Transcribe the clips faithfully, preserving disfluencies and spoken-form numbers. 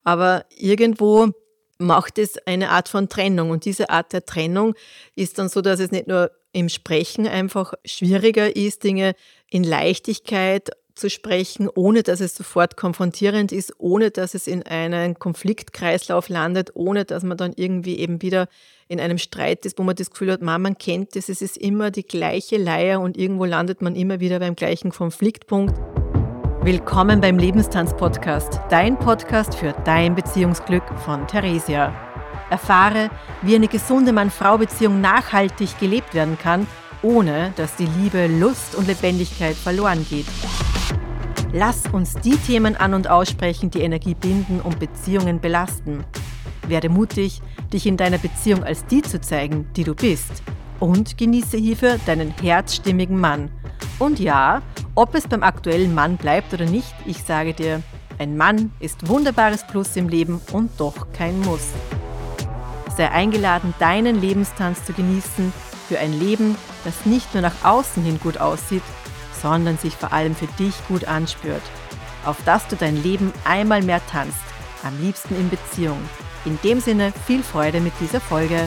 Aber irgendwo macht es eine Art von Trennung. Und diese Art der Trennung ist dann so, dass es nicht nur im Sprechen einfach schwieriger ist, Dinge in Leichtigkeit zu sprechen, ohne dass es sofort konfrontierend ist, ohne dass es in einen Konfliktkreislauf landet, ohne dass man dann irgendwie eben wieder in einem Streit ist, wo man das Gefühl hat, man, man kennt das, es ist immer die gleiche Leier und irgendwo landet man immer wieder beim gleichen Konfliktpunkt. Willkommen beim Lebenstanz-Podcast, dein Podcast für dein Beziehungsglück von Theresia. Erfahre, wie eine gesunde Mann-Frau-Beziehung nachhaltig gelebt werden kann, ohne dass die Liebe, Lust und Lebendigkeit verloren geht. Lass uns die Themen an- und aussprechen, die Energie binden und Beziehungen belasten. Werde mutig, dich in deiner Beziehung als die zu zeigen, die du bist. Und genieße hierfür deinen herzstimmigen Mann. Und ja, ob es beim aktuellen Mann bleibt oder nicht, ich sage dir, ein Mann ist wunderbares Plus im Leben und doch kein Muss. Sei eingeladen, deinen Lebenstanz zu genießen für ein Leben, das nicht nur nach außen hin gut aussieht, sondern sich vor allem für dich gut anspürt. Auf dass du dein Leben einmal mehr tanzt, am liebsten in Beziehung. In dem Sinne, viel Freude mit dieser Folge.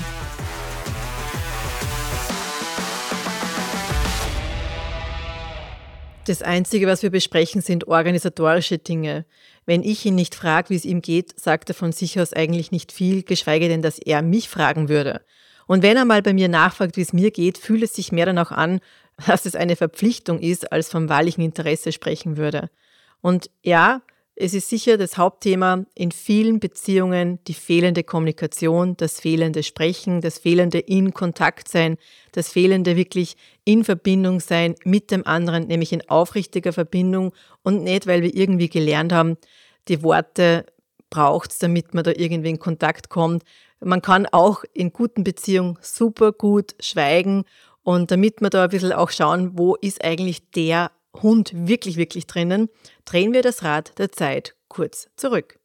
Das Einzige, was wir besprechen, sind organisatorische Dinge. Wenn ich ihn nicht frage, wie es ihm geht, sagt er von sich aus eigentlich nicht viel, geschweige denn, dass er mich fragen würde. Und wenn er mal bei mir nachfragt, wie es mir geht, fühlt es sich mehr danach an, dass es eine Verpflichtung ist, als vom wahrlichen Interesse sprechen würde. Und ja, es ist sicher das Hauptthema in vielen Beziehungen, die fehlende Kommunikation, das fehlende Sprechen, das fehlende in Kontakt sein, das fehlende wirklich in Verbindung sein mit dem anderen, nämlich in aufrichtiger Verbindung und nicht, weil wir irgendwie gelernt haben, die Worte braucht es, damit man da irgendwie in Kontakt kommt. Man kann auch in guten Beziehungen super gut schweigen und damit wir da ein bisschen auch schauen, wo ist eigentlich der Hund wirklich, wirklich drinnen, drehen wir das Rad der Zeit kurz zurück.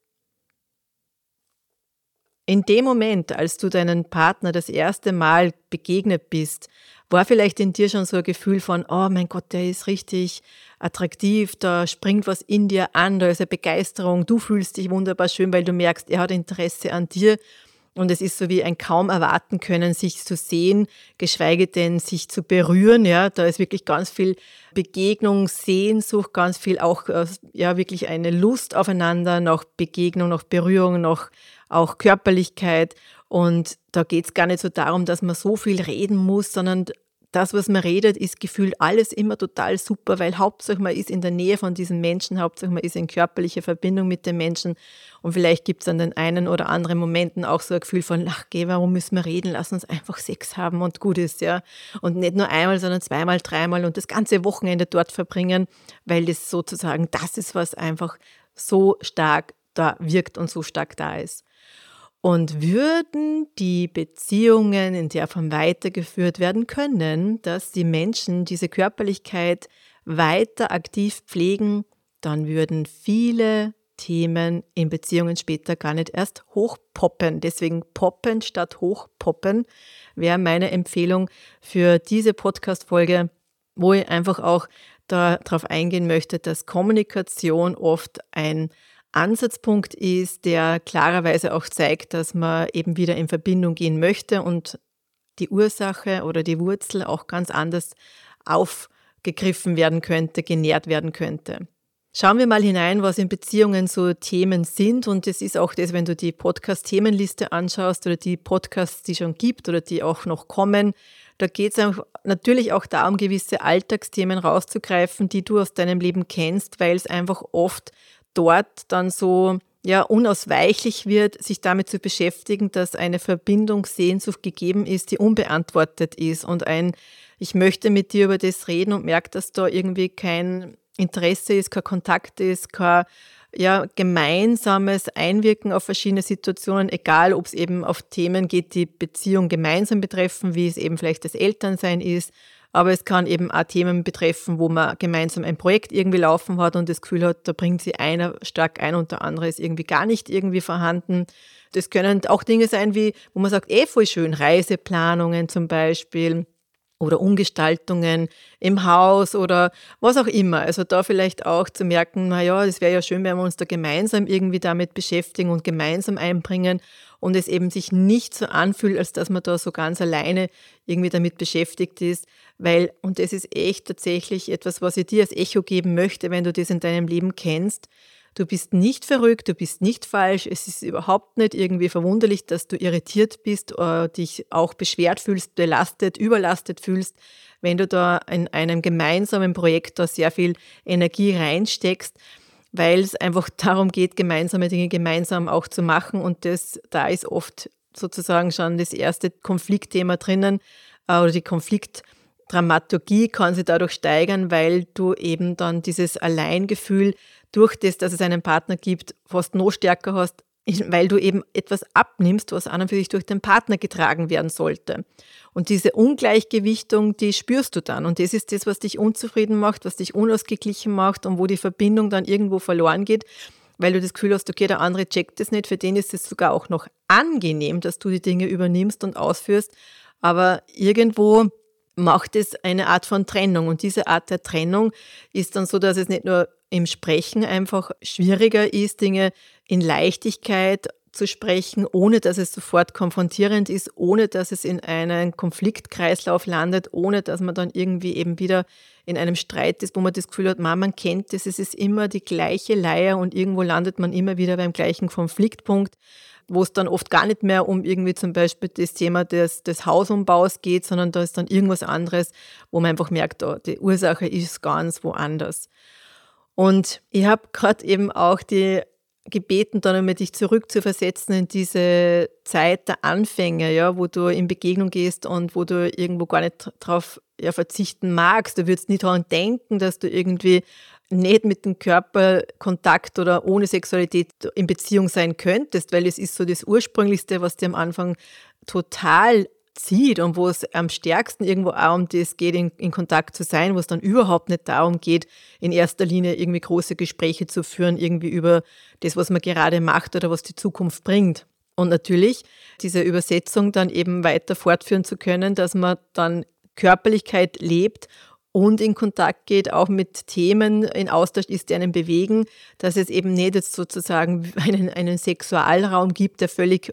In dem Moment, als du deinen Partner das erste Mal begegnet bist, war vielleicht in dir schon so ein Gefühl von, oh mein Gott, der ist richtig attraktiv, da springt was in dir an, da ist eine Begeisterung, du fühlst dich wunderbar schön, weil du merkst, er hat Interesse an dir. Und es ist so wie ein kaum erwarten können, sich zu sehen, geschweige denn sich zu berühren. Ja, da ist wirklich ganz viel Begegnung, Sehnsucht, ganz viel auch ja wirklich eine Lust aufeinander, nach Begegnung, nach Berührung, nach auch Körperlichkeit. Und da geht es gar nicht so darum, dass man so viel reden muss, sondern das, was man redet, ist gefühlt alles immer total super, weil Hauptsache man ist in der Nähe von diesen Menschen, Hauptsache man ist in körperlicher Verbindung mit den Menschen und vielleicht gibt es an den einen oder anderen Momenten auch so ein Gefühl von, ach geh, warum müssen wir reden, lass uns einfach Sex haben und gut ist, ja. Und nicht nur einmal, sondern zweimal, dreimal und das ganze Wochenende dort verbringen, weil das sozusagen das ist, was einfach so stark da wirkt und so stark da ist. Und würden die Beziehungen in der Form weitergeführt werden können, dass die Menschen diese Körperlichkeit weiter aktiv pflegen, dann würden viele Themen in Beziehungen später gar nicht erst hochpoppen. Deswegen poppen statt hochpoppen wäre meine Empfehlung für diese Podcast-Folge, wo ich einfach auch darauf eingehen möchte, dass Kommunikation oft ein Ansatzpunkt ist, der klarerweise auch zeigt, dass man eben wieder in Verbindung gehen möchte und die Ursache oder die Wurzel auch ganz anders aufgegriffen werden könnte, genährt werden könnte. Schauen wir mal hinein, was in Beziehungen so Themen sind und das ist auch das, wenn du die Podcast-Themenliste anschaust oder die Podcasts, die schon gibt oder die auch noch kommen. Da geht es natürlich auch darum, gewisse Alltagsthemen rauszugreifen, die du aus deinem Leben kennst, weil es einfach oft dort dann so ja, unausweichlich wird, sich damit zu beschäftigen, dass eine Verbindung, Sehnsucht gegeben ist, die unbeantwortet ist und ein, ich möchte mit dir über das reden und merke, dass da irgendwie kein Interesse ist, kein Kontakt ist, kein ja, gemeinsames Einwirken auf verschiedene Situationen, egal ob es eben auf Themen geht, die Beziehung gemeinsam betreffen, wie es eben vielleicht das Elternsein ist, aber es kann eben auch Themen betreffen, wo man gemeinsam ein Projekt irgendwie laufen hat und das Gefühl hat, da bringt sie einer stark ein und der andere ist irgendwie gar nicht irgendwie vorhanden. Das können auch Dinge sein, wie wo man sagt, eh voll schön, Reiseplanungen zum Beispiel, oder Umgestaltungen im Haus oder was auch immer. Also da vielleicht auch zu merken, naja, es wäre ja schön, wenn wir uns da gemeinsam irgendwie damit beschäftigen und gemeinsam einbringen und es eben sich nicht so anfühlt, als dass man da so ganz alleine irgendwie damit beschäftigt ist, weil, und das ist echt tatsächlich etwas, was ich dir als Echo geben möchte, wenn du das in deinem Leben kennst. Du bist nicht verrückt, du bist nicht falsch. Es ist überhaupt nicht irgendwie verwunderlich, dass du irritiert bist, äh, dich auch beschwert fühlst, belastet, überlastet fühlst, wenn du da in einem gemeinsamen Projekt da sehr viel Energie reinsteckst, weil es einfach darum geht, gemeinsame Dinge gemeinsam auch zu machen. Und das, da ist oft sozusagen schon das erste Konfliktthema drinnen äh, oder die Konfliktdramaturgie kann sich dadurch steigern, weil du eben dann dieses Alleingefühl durch das, dass es einen Partner gibt, fast noch stärker hast, weil du eben etwas abnimmst, was an und für sich durch den Partner getragen werden sollte. Und diese Ungleichgewichtung, die spürst du dann. Und das ist das, was dich unzufrieden macht, was dich unausgeglichen macht und wo die Verbindung dann irgendwo verloren geht, weil du das Gefühl hast, okay, der andere checkt das nicht, für den ist es sogar auch noch angenehm, dass du die Dinge übernimmst und ausführst, aber irgendwo macht es eine Art von Trennung. Und diese Art der Trennung ist dann so, dass es nicht nur im Sprechen einfach schwieriger ist, Dinge in Leichtigkeit zu sprechen, ohne dass es sofort konfrontierend ist, ohne dass es in einen Konfliktkreislauf landet, ohne dass man dann irgendwie eben wieder in einem Streit ist, wo man das Gefühl hat, man, man kennt das, es ist immer die gleiche Leier und irgendwo landet man immer wieder beim gleichen Konfliktpunkt, wo es dann oft gar nicht mehr um irgendwie zum Beispiel das Thema des, des Hausumbaus geht, sondern da ist dann irgendwas anderes, wo man einfach merkt, oh, die Ursache ist ganz woanders. Und ich habe gerade eben auch die gebeten, dann einmal dich zurückzuversetzen in diese Zeit der Anfänge, ja, wo du in Begegnung gehst und wo du irgendwo gar nicht drauf ja, verzichten magst. Du würdest nicht daran denken, dass du irgendwie nicht mit dem Körper Kontakt oder ohne Sexualität in Beziehung sein könntest, weil es ist so das Ursprünglichste, was dir am Anfang total zieht und wo es am stärksten irgendwo auch um das geht, in, in Kontakt zu sein, wo es dann überhaupt nicht darum geht, in erster Linie irgendwie große Gespräche zu führen, irgendwie über das, was man gerade macht oder was die Zukunft bringt. Und natürlich diese Übersetzung dann eben weiter fortführen zu können, dass man dann Körperlichkeit lebt und in Kontakt geht, auch mit Themen in Austausch ist, die einen bewegen, dass es eben nicht jetzt sozusagen einen, einen Sexualraum gibt, der völlig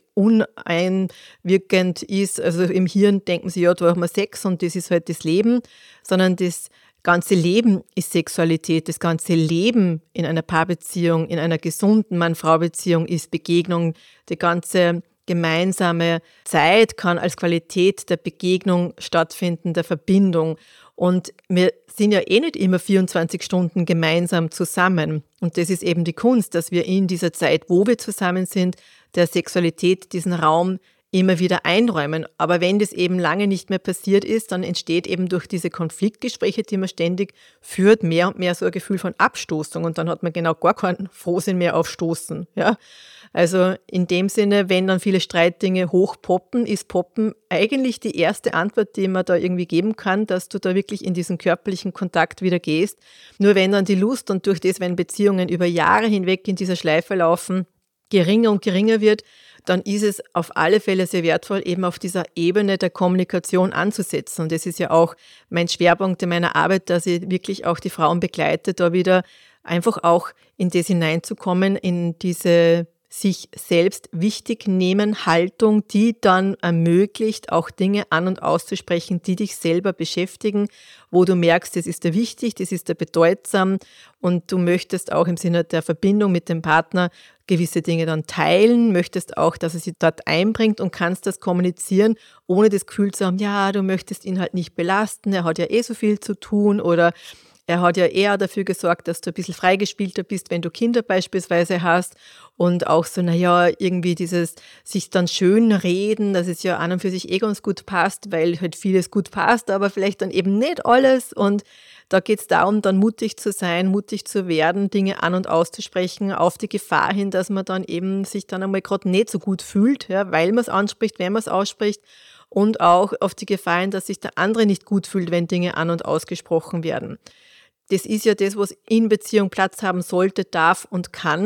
uneinwirkend ist. Also im Hirn denken sie, ja, da haben wir Sex und das ist halt das Leben, sondern das ganze Leben ist Sexualität. Das ganze Leben in einer Paarbeziehung, in einer gesunden Mann-Frau-Beziehung ist Begegnung. Die ganze gemeinsame Zeit kann als Qualität der Begegnung stattfinden, der Verbindung. Und wir sind ja eh nicht immer vierundzwanzig Stunden gemeinsam zusammen. Und das ist eben die Kunst, dass wir in dieser Zeit, wo wir zusammen sind, der Sexualität diesen Raum immer wieder einräumen. Aber wenn das eben lange nicht mehr passiert ist, dann entsteht eben durch diese Konfliktgespräche, die man ständig führt, mehr und mehr so ein Gefühl von Abstoßung. Und dann hat man genau gar keinen Frohsinn mehr auf Stoßen. Ja? Also in dem Sinne, wenn dann viele Streitdinge hochpoppen, ist Poppen eigentlich die erste Antwort, die man da irgendwie geben kann, dass du da wirklich in diesen körperlichen Kontakt wieder gehst. Nur wenn dann die Lust und durch das, wenn Beziehungen über Jahre hinweg in dieser Schleife laufen, geringer und geringer wird, dann ist es auf alle Fälle sehr wertvoll, eben auf dieser Ebene der Kommunikation anzusetzen. Und das ist ja auch mein Schwerpunkt in meiner Arbeit, dass ich wirklich auch die Frauen begleite, da wieder einfach auch in das hineinzukommen, in diese sich selbst wichtig nehmen Haltung, die dann ermöglicht, auch Dinge an- und auszusprechen, die dich selber beschäftigen, wo du merkst, das ist dir wichtig, das ist dir bedeutsam und du möchtest auch im Sinne der Verbindung mit dem Partner gewisse Dinge dann teilen, möchtest auch, dass er sie dort einbringt und kannst das kommunizieren, ohne das Gefühl zu haben, ja, du möchtest ihn halt nicht belasten, er hat ja eh so viel zu tun oder er hat ja eher dafür gesorgt, dass du ein bisschen freigespielter bist, wenn du Kinder beispielsweise hast. Und auch so, naja, irgendwie dieses sich dann schön reden, dass es ja an und für sich eh ganz gut passt, weil halt vieles gut passt, aber vielleicht dann eben nicht alles. Und da geht es darum, dann mutig zu sein, mutig zu werden, Dinge an- und auszusprechen, auf die Gefahr hin, dass man dann eben sich dann einmal gerade nicht so gut fühlt, ja, weil man es anspricht, wenn man es ausspricht. Und auch auf die Gefahr hin, dass sich der andere nicht gut fühlt, wenn Dinge an- und ausgesprochen werden. Das ist ja das, was in Beziehung Platz haben sollte, darf und kann.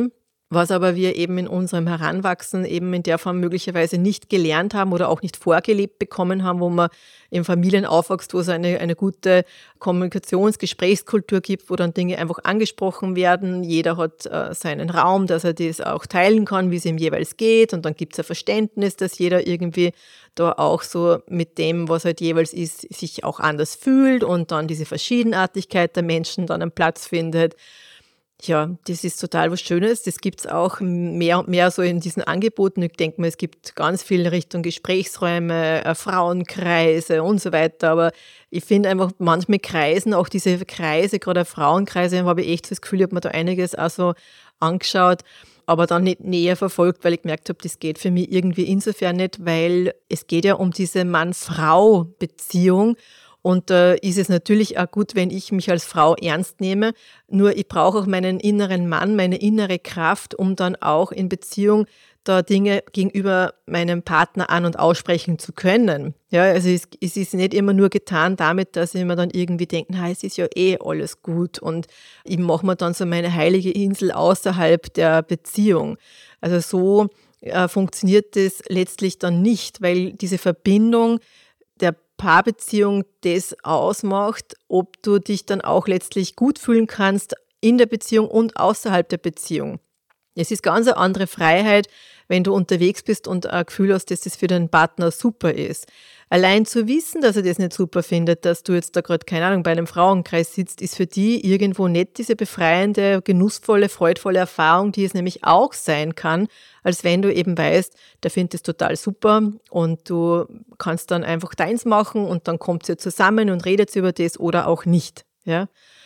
was aber wir eben in unserem Heranwachsen eben in der Form möglicherweise nicht gelernt haben oder auch nicht vorgelebt bekommen haben, wo man in Familien aufwächst, wo es eine, eine gute Kommunikations-, Gesprächskultur gibt, wo dann Dinge einfach angesprochen werden. Jeder hat äh, seinen Raum, dass er das auch teilen kann, wie es ihm jeweils geht. Und dann gibt es ein Verständnis, dass jeder irgendwie da auch so mit dem, was halt jeweils ist, sich auch anders fühlt und dann diese Verschiedenartigkeit der Menschen dann einen Platz findet. Ja, das ist total was Schönes. Das gibt's auch mehr und mehr so in diesen Angeboten. Ich denke mal, es gibt ganz viel in Richtung Gesprächsräume, äh, Frauenkreise und so weiter. Aber ich finde einfach, manchmal kreisen auch diese Kreise, gerade Frauenkreise, habe ich echt so das Gefühl, ich habe mir da einiges auch so angeschaut, aber dann nicht näher verfolgt, weil ich gemerkt habe, das geht für mich irgendwie insofern nicht, weil es geht ja um diese Mann-Frau-Beziehung. Und da äh, ist es natürlich auch gut, wenn ich mich als Frau ernst nehme. Nur ich brauche auch meinen inneren Mann, meine innere Kraft, um dann auch in Beziehung da Dinge gegenüber meinem Partner an- und aussprechen zu können. Ja, also es, es ist nicht immer nur getan damit, dass ich mir dann irgendwie denke, na, es ist ja eh alles gut und ich mache mir dann so meine heilige Insel außerhalb der Beziehung. Also so äh, funktioniert das letztlich dann nicht, weil diese Verbindung der Paarbeziehung das ausmacht, ob du dich dann auch letztlich gut fühlen kannst in der Beziehung und außerhalb der Beziehung. Es ist ganz eine andere Freiheit, wenn du unterwegs bist und ein Gefühl hast, dass das für deinen Partner super ist. Allein zu wissen, dass er das nicht super findet, dass du jetzt da gerade, keine Ahnung, bei einem Frauenkreis sitzt, ist für die irgendwo nicht diese befreiende, genussvolle, freudvolle Erfahrung, die es nämlich auch sein kann, als wenn du eben weißt, der findet es total super und du kannst dann einfach deins machen und dann kommt ihr zusammen und redet über das oder auch nicht. Ja?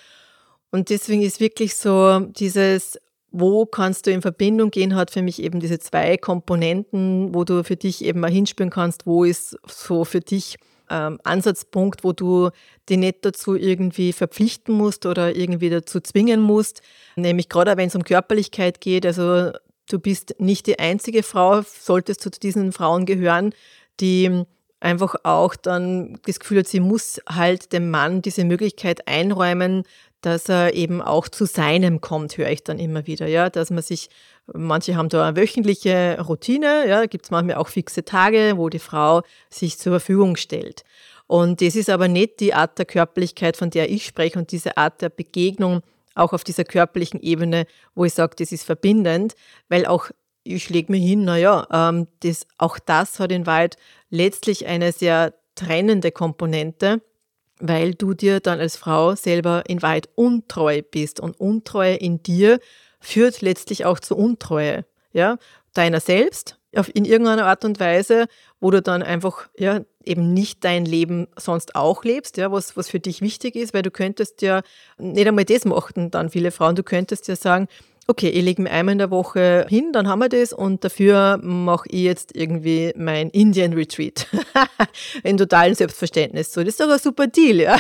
Und deswegen ist wirklich so dieses, wo kannst du in Verbindung gehen, hat für mich eben diese zwei Komponenten, wo du für dich eben mal hinspüren kannst, wo ist so für dich ähm, Ansatzpunkt, wo du dich nicht dazu irgendwie verpflichten musst oder irgendwie dazu zwingen musst. Nämlich gerade wenn es um Körperlichkeit geht, also du bist nicht die einzige Frau, solltest du zu diesen Frauen gehören, die einfach auch dann das Gefühl hat, sie muss halt dem Mann diese Möglichkeit einräumen, dass er eben auch zu seinem kommt, höre ich dann immer wieder, ja, dass man sich, manche haben da eine wöchentliche Routine, ja, gibt es manchmal auch fixe Tage, wo die Frau sich zur Verfügung stellt. Und das ist aber nicht die Art der Körperlichkeit, von der ich spreche und diese Art der Begegnung auch auf dieser körperlichen Ebene, wo ich sage, das ist verbindend, weil auch ich lege mir hin, naja, ähm, das, auch das hat in Wahrheit letztlich eine sehr trennende Komponente, weil du dir dann als Frau selber in Wahrheit untreu bist. Und Untreue in dir führt letztlich auch zur Untreue, ja, deiner selbst auf, in irgendeiner Art und Weise, wo du dann einfach ja, eben nicht dein Leben sonst auch lebst, ja, was, was für dich wichtig ist, weil du könntest ja nicht einmal das machen, dann viele Frauen, du könntest ja sagen, okay, ich lege mir einmal in der Woche hin, dann haben wir das und dafür mache ich jetzt irgendwie mein Indian Retreat. In totalem Selbstverständnis. So, das ist doch ein super Deal, ja.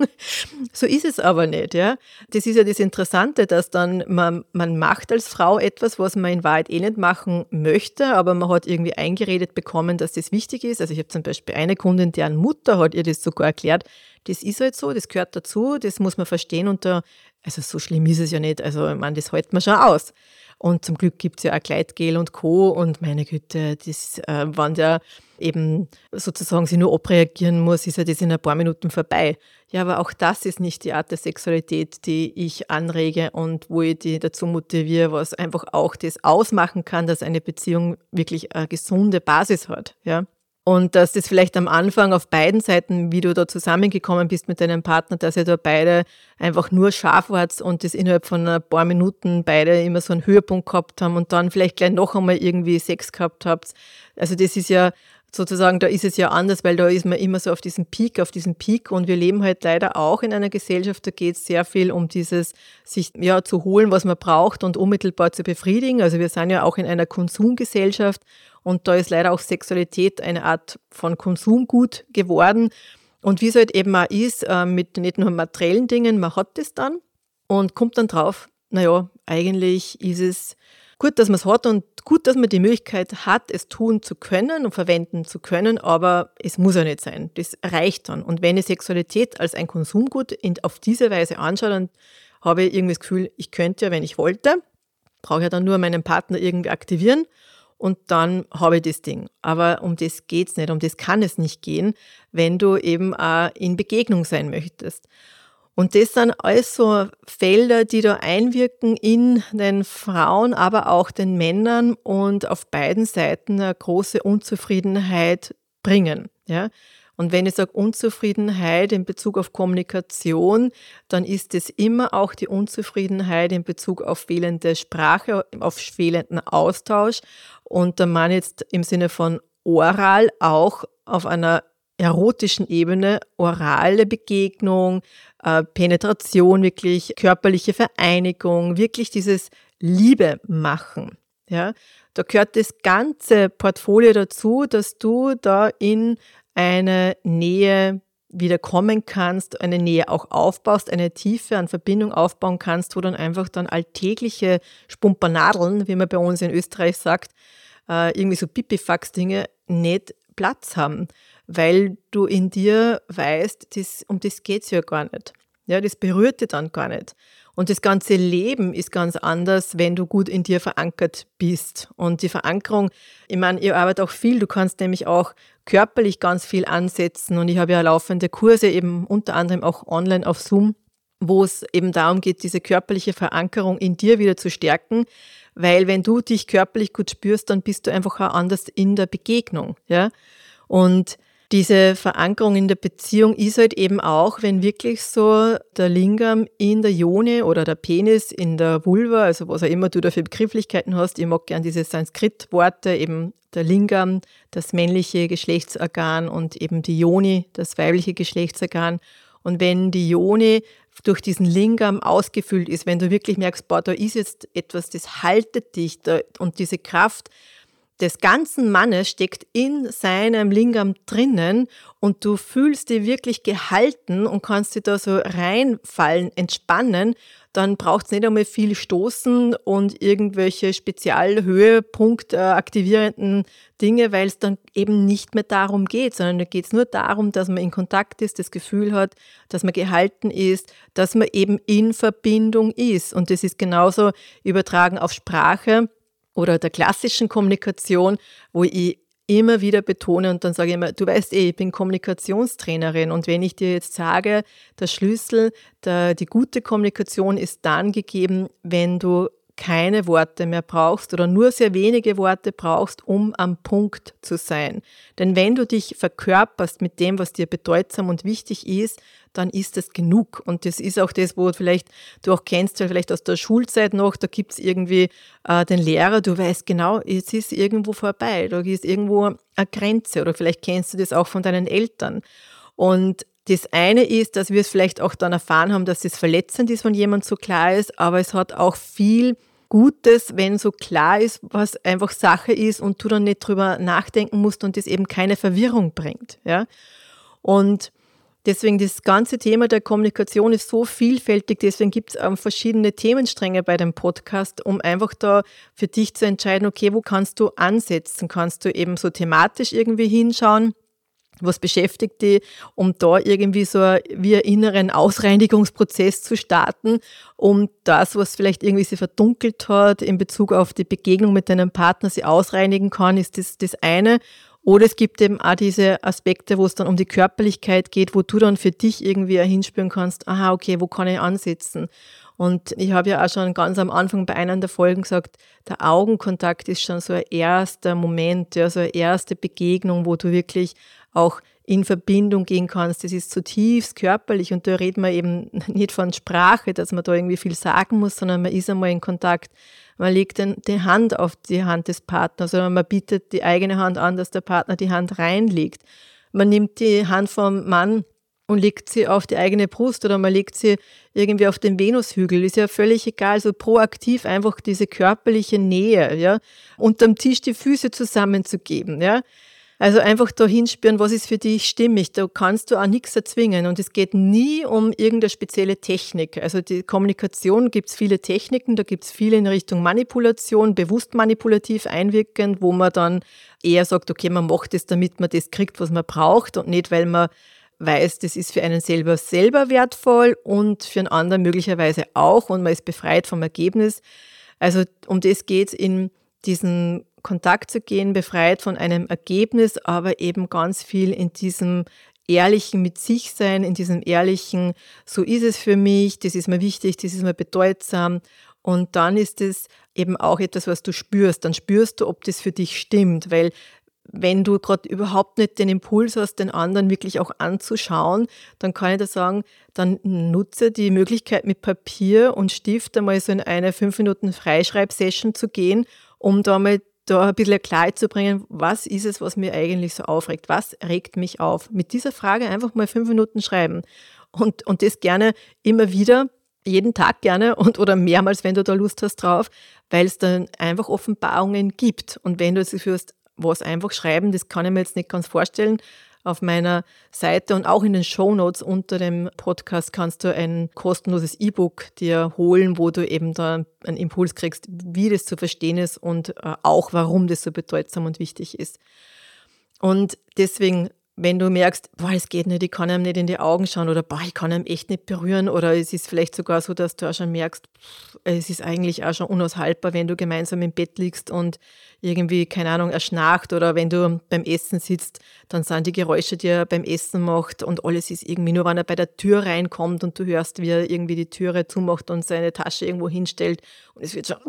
So ist es aber nicht, ja. Das ist ja das Interessante, dass dann man, man macht als Frau etwas, was man in Wahrheit eh nicht machen möchte, aber man hat irgendwie eingeredet bekommen, dass das wichtig ist. Also ich habe zum Beispiel eine Kundin, deren Mutter hat ihr das sogar erklärt, das ist halt so, das gehört dazu, das muss man verstehen und da, also so schlimm ist es ja nicht, also ich meine, das hält man schon aus. Und zum Glück gibt es ja auch Gleitgel und Co. Und meine Güte, das, äh, wenn der eben sozusagen sich nur abreagieren muss, ist ja das in ein paar Minuten vorbei. Ja, aber auch das ist nicht die Art der Sexualität, die ich anrege und wo ich die dazu motiviere, was einfach auch das ausmachen kann, dass eine Beziehung wirklich eine gesunde Basis hat. Ja. Und dass das vielleicht am Anfang auf beiden Seiten, wie du da zusammengekommen bist mit deinem Partner, dass ihr da beide einfach nur scharf wart und das innerhalb von ein paar Minuten beide immer so einen Höhepunkt gehabt haben und dann vielleicht gleich noch einmal irgendwie Sex gehabt habt. Also das ist ja sozusagen, da ist es ja anders, weil da ist man immer so auf diesem Peak, auf diesem Peak und wir leben halt leider auch in einer Gesellschaft, da geht es sehr viel um dieses, sich ja zu holen, was man braucht und unmittelbar zu befriedigen. Also wir sind ja auch in einer Konsumgesellschaft und da ist leider auch Sexualität eine Art von Konsumgut geworden. Und wie es halt eben auch ist, äh, mit nicht nur materiellen Dingen, man hat das dann und kommt dann drauf, naja, eigentlich ist es gut, dass man es hat und gut, dass man die Möglichkeit hat, es tun zu können und verwenden zu können, aber es muss ja nicht sein. Das reicht dann. Und wenn ich Sexualität als ein Konsumgut in, auf diese Weise anschaue, dann habe ich irgendwie das Gefühl, ich könnte ja, wenn ich wollte. Brauche ja dann nur meinen Partner irgendwie aktivieren und dann habe ich das Ding. Aber um das geht es nicht, um das kann es nicht gehen, wenn du eben auch in Begegnung sein möchtest. Und das sind alles so Felder, die da einwirken in den Frauen, aber auch den Männern und auf beiden Seiten eine große Unzufriedenheit bringen. Ja? Und wenn ich sage Unzufriedenheit in Bezug auf Kommunikation, dann ist es immer auch die Unzufriedenheit in Bezug auf fehlende Sprache, auf fehlenden Austausch. Und da meine ich jetzt im Sinne von oral auch auf einer erotischen Ebene, orale Begegnung, äh, Penetration, wirklich körperliche Vereinigung, wirklich dieses Liebe machen. Ja? Da gehört das ganze Portfolio dazu, dass du da in eine Nähe wieder kommen kannst, eine Nähe auch aufbaust, eine Tiefe an Verbindung aufbauen kannst, wo dann einfach dann alltägliche Spumpernadeln, wie man bei uns in Österreich sagt, äh, irgendwie so Pipifax-Dinge nicht Platz haben, weil du in dir weißt, das, um das geht es ja gar nicht. Ja, das berührt dich dann gar nicht. Und das ganze Leben ist ganz anders, wenn du gut in dir verankert bist. Und die Verankerung, ich meine, ihr arbeitet auch viel, du kannst nämlich auch körperlich ganz viel ansetzen. Und ich habe ja laufende Kurse, eben unter anderem auch online auf Zoom, wo es eben darum geht, diese körperliche Verankerung in dir wieder zu stärken. Weil wenn du dich körperlich gut spürst, dann bist du einfach auch anders in der Begegnung. Ja? Und diese Verankerung in der Beziehung ist halt eben auch, wenn wirklich so der Lingam in der Yoni oder der Penis in der Vulva, also was auch immer du da für Begrifflichkeiten hast, ich mag gern diese Sanskrit-Worte, eben der Lingam, das männliche Geschlechtsorgan und eben die Yoni, das weibliche Geschlechtsorgan. Und wenn die Yoni durch diesen Lingam ausgefüllt ist, wenn du wirklich merkst, boah, da ist jetzt etwas, das haltet dich da, und diese Kraft des ganzen Mannes steckt in seinem Lingam drinnen und du fühlst dich wirklich gehalten und kannst dich da so reinfallen, entspannen, dann braucht es nicht einmal viel Stoßen und irgendwelche Spezialhöhepunkt aktivierenden Dinge, weil es dann eben nicht mehr darum geht, sondern da geht es nur darum, dass man in Kontakt ist, das Gefühl hat, dass man gehalten ist, dass man eben in Verbindung ist. Und das ist genauso übertragen auf Sprache oder der klassischen Kommunikation, wo ich immer wieder betone und dann sage ich immer, du weißt eh, ich bin Kommunikationstrainerin und wenn ich dir jetzt sage, der Schlüssel, der, die gute Kommunikation ist dann gegeben, wenn du keine Worte mehr brauchst oder nur sehr wenige Worte brauchst, um am Punkt zu sein. Denn wenn du dich verkörperst mit dem, was dir bedeutsam und wichtig ist, dann ist das genug. Und das ist auch das, wo vielleicht du auch kennst, vielleicht aus der Schulzeit noch, da gibt es irgendwie äh, den Lehrer, du weißt genau, es ist irgendwo vorbei, da ist irgendwo eine Grenze oder vielleicht kennst du das auch von deinen Eltern. Und das eine ist, dass wir es vielleicht auch dann erfahren haben, dass es verletzend ist, wenn jemand so klar ist, aber es hat auch viel Gutes, wenn so klar ist, was einfach Sache ist und du dann nicht drüber nachdenken musst und das eben keine Verwirrung bringt. Ja? Und deswegen das ganze Thema der Kommunikation ist so vielfältig, deswegen gibt es ähm, verschiedene Themenstränge bei dem Podcast, um einfach da für dich zu entscheiden, okay, wo kannst du ansetzen? Kannst du eben so thematisch irgendwie hinschauen? Was beschäftigt die, um da irgendwie so wie einen inneren Ausreinigungsprozess zu starten, um das, was vielleicht irgendwie sie verdunkelt hat in Bezug auf die Begegnung mit deinem Partner, sie ausreinigen kann, ist das das eine. Oder es gibt eben auch diese Aspekte, wo es dann um die Körperlichkeit geht, wo du dann für dich irgendwie hinspüren kannst, aha, okay, wo kann ich ansetzen? Und ich habe ja auch schon ganz am Anfang bei einer der Folgen gesagt, der Augenkontakt ist schon so ein erster Moment, ja, so eine erste Begegnung, wo du wirklich auch in Verbindung gehen kannst. Das ist zutiefst körperlich und da reden wir eben nicht von Sprache, dass man da irgendwie viel sagen muss, sondern man ist einmal in Kontakt. Man legt den, die Hand auf die Hand des Partners oder man bietet die eigene Hand an, dass der Partner die Hand reinlegt. Man nimmt die Hand vom Mann und legt sie auf die eigene Brust oder man legt sie irgendwie auf den Venushügel. Ist ja völlig egal, so proaktiv einfach diese körperliche Nähe, ja, unterm Tisch die Füße zusammenzugeben, ja. Also einfach da hinspüren, was ist für dich stimmig. Da kannst du auch nichts erzwingen und es geht nie um irgendeine spezielle Technik. Also die Kommunikation gibt es viele Techniken, da gibt es viele in Richtung Manipulation, bewusst manipulativ einwirkend, wo man dann eher sagt, okay, man macht es, damit man das kriegt, was man braucht und nicht, weil man weiß, das ist für einen selber selber wertvoll und für einen anderen möglicherweise auch und man ist befreit vom Ergebnis. Also um das geht es, in diesen Kontakt zu gehen, befreit von einem Ergebnis, aber eben ganz viel in diesem ehrlichen mit sich sein, in diesem ehrlichen, so ist es für mich, das ist mir wichtig, das ist mir bedeutsam. Und dann ist es eben auch etwas, was du spürst. Dann spürst du, ob das für dich stimmt, weil wenn du gerade überhaupt nicht den Impuls hast, den anderen wirklich auch anzuschauen, dann kann ich dir sagen, dann nutze die Möglichkeit, mit Papier und Stift einmal so in eine fünf Minuten Freischreibsession zu gehen, um da mal da ein bisschen Klarheit zu bringen, was ist es, was mir eigentlich so aufregt, was regt mich auf. Mit dieser Frage einfach mal fünf Minuten schreiben und, und das gerne immer wieder, jeden Tag gerne und oder mehrmals, wenn du da Lust hast drauf, weil es dann einfach Offenbarungen gibt. Und wenn du das Gefühl hast, was einfach schreiben, das kann ich mir jetzt nicht ganz vorstellen. Auf meiner Seite und auch in den Shownotes unter dem Podcast kannst du ein kostenloses E-Book dir holen, wo du eben da einen Impuls kriegst, wie das zu verstehen ist und auch, warum das so bedeutsam und wichtig ist. Und deswegen, wenn du merkst, boah, es geht nicht, ich kann ihm nicht in die Augen schauen oder boah, ich kann ihn echt nicht berühren oder es ist vielleicht sogar so, dass du auch schon merkst, pff, es ist eigentlich auch schon unaushaltbar, wenn du gemeinsam im Bett liegst und irgendwie, keine Ahnung, er schnarcht oder wenn du beim Essen sitzt, dann sind die Geräusche, die er beim Essen macht und alles ist irgendwie, nur wenn er bei der Tür reinkommt und du hörst, wie er irgendwie die Türe zumacht und seine Tasche irgendwo hinstellt und es wird schon,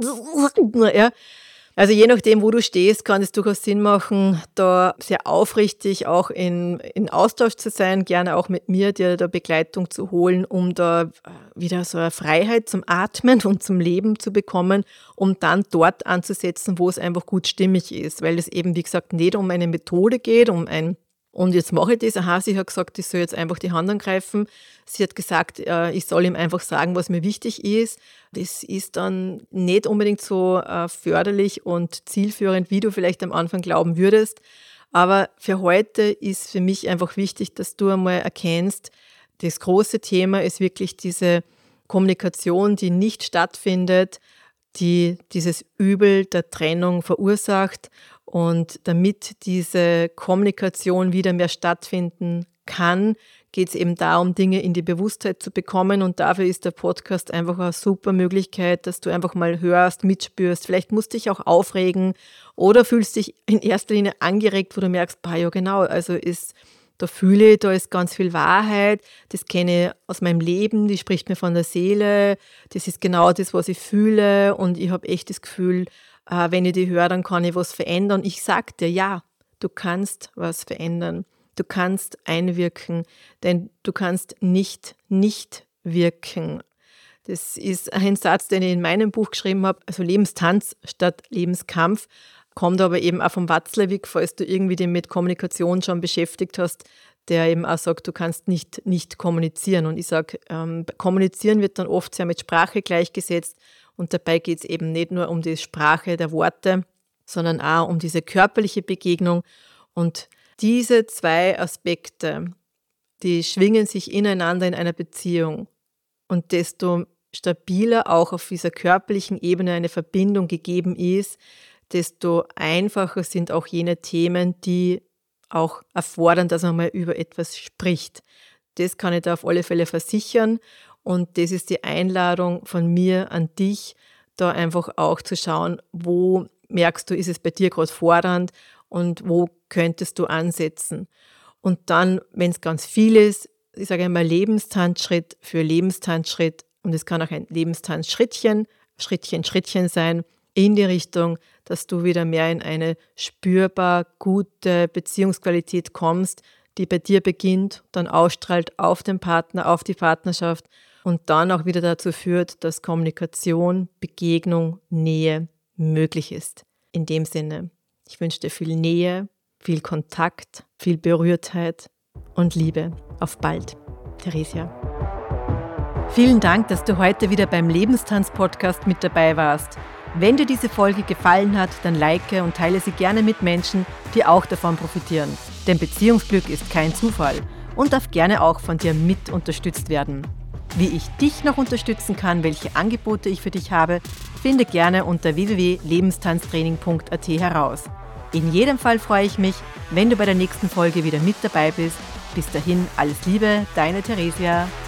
ja. Also je nachdem, wo du stehst, kann es durchaus Sinn machen, da sehr aufrichtig auch in, in Austausch zu sein, gerne auch mit mir, dir da Begleitung zu holen, um da wieder so eine Freiheit zum Atmen und zum Leben zu bekommen, um dann dort anzusetzen, wo es einfach gut stimmig ist, weil es eben, wie gesagt, nicht um eine Methode geht, um ein und jetzt mache ich das. Aha, sie hat gesagt, ich soll jetzt einfach die Hand angreifen. Sie hat gesagt, ich soll ihm einfach sagen, was mir wichtig ist. Das ist dann nicht unbedingt so förderlich und zielführend, wie du vielleicht am Anfang glauben würdest. Aber für heute ist für mich einfach wichtig, dass du einmal erkennst, das große Thema ist wirklich diese Kommunikation, die nicht stattfindet, die dieses Übel der Trennung verursacht. Und damit diese Kommunikation wieder mehr stattfinden kann, geht es eben darum, Dinge in die Bewusstheit zu bekommen. Und dafür ist der Podcast einfach eine super Möglichkeit, dass du einfach mal hörst, mitspürst. Vielleicht musst du dich auch aufregen oder fühlst dich in erster Linie angeregt, wo du merkst, bah, ja genau, also ist, da fühle ich, da ist ganz viel Wahrheit. Das kenne ich aus meinem Leben, die spricht mir von der Seele. Das ist genau das, was ich fühle. Und ich habe echt das Gefühl, wenn ich die höre, dann kann ich was verändern. Ich sage dir, ja, du kannst was verändern. Du kannst einwirken, denn du kannst nicht nicht wirken. Das ist ein Satz, den ich in meinem Buch geschrieben habe, also Lebenstanz statt Lebenskampf, kommt aber eben auch vom Watzlawick, falls du irgendwie den mit Kommunikation schon beschäftigt hast, der eben auch sagt, du kannst nicht nicht kommunizieren. Und ich sage, ähm, kommunizieren wird dann oft sehr mit Sprache gleichgesetzt. Und dabei geht es eben nicht nur um die Sprache der Worte, sondern auch um diese körperliche Begegnung. Und diese zwei Aspekte, die schwingen sich ineinander in einer Beziehung. Und desto stabiler auch auf dieser körperlichen Ebene eine Verbindung gegeben ist, desto einfacher sind auch jene Themen, die auch erfordern, dass man mal über etwas spricht. Das kann ich da auf alle Fälle versichern. Und das ist die Einladung von mir an dich, da einfach auch zu schauen, wo merkst du, ist es bei dir gerade fordernd und wo könntest du ansetzen. Und dann, wenn es ganz viel ist, ich sage einmal Lebenstanzschritt für Lebenstanzschritt und es kann auch ein Lebenstanzschrittchen, Schrittchen, Schrittchen sein, in die Richtung, dass du wieder mehr in eine spürbar gute Beziehungsqualität kommst, die bei dir beginnt, dann ausstrahlt auf den Partner, auf die Partnerschaft und dann auch wieder dazu führt, dass Kommunikation, Begegnung, Nähe möglich ist. In dem Sinne, ich wünsche dir viel Nähe, viel Kontakt, viel Berührtheit und Liebe. Auf bald, Theresia. Vielen Dank, dass du heute wieder beim Lebenstanz-Podcast mit dabei warst. Wenn dir diese Folge gefallen hat, dann like und teile sie gerne mit Menschen, die auch davon profitieren. Denn Beziehungsglück ist kein Zufall und darf gerne auch von dir mit unterstützt werden. Wie ich dich noch unterstützen kann, welche Angebote ich für dich habe, finde gerne unter w w w punkt lebenstanztraining punkt a t heraus. In jedem Fall freue ich mich, wenn du bei der nächsten Folge wieder mit dabei bist. Bis dahin alles Liebe, deine Theresia.